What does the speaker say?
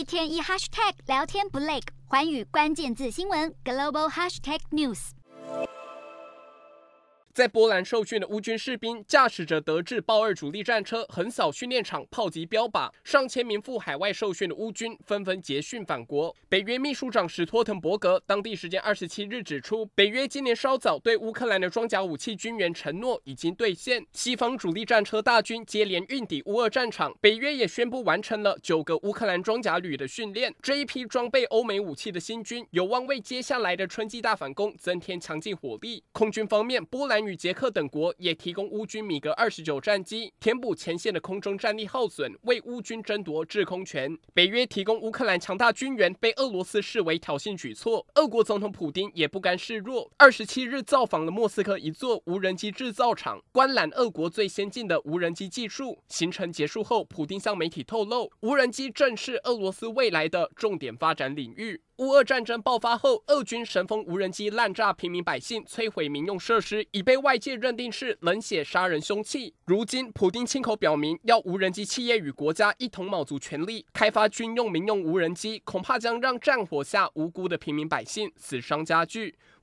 天一 hashtag 聊天不累，寰宇关键字新闻 global hashtag news。 在波兰受训的乌军士兵驾驶着德制豹2主力战车横扫训练场，炮击标靶，上千名赴海外受训的乌军纷纷结训返国。北约秘书长史托滕伯格当地时间27日指出，北约今年稍早对乌克兰的装甲武器军援承诺已经兑现，西方主力战车大军接连运抵乌俄战场。北约也宣布完成了9个乌克兰装甲旅的训练。这一批装备欧美武器的新军有望为接下来的春季大反攻增添强劲火力。空军方面，波兰与捷克等国也提供乌军米格29战机，填补前线的空中战力耗损，为乌军争夺制空权。北约提供乌克兰强大军援，被俄罗斯视为挑衅举措。俄国总统普丁也不甘示弱，27日造访了莫斯科一座无人机制造厂，观览俄国最先进的无人机技术。行程结束后，普丁向媒体透露，无人机正是俄罗斯未来的重点发展领域。乌俄战争爆发后，俄军神风无人机滥炸平民百姓，摧毁民用设施，已被外界认定是冷血杀人凶器。如今，普丁亲口表明，要无人机企业与国家一同卯足全力开发军用、民用无人机，恐怕将让战火下无辜的平民百姓死伤加剧。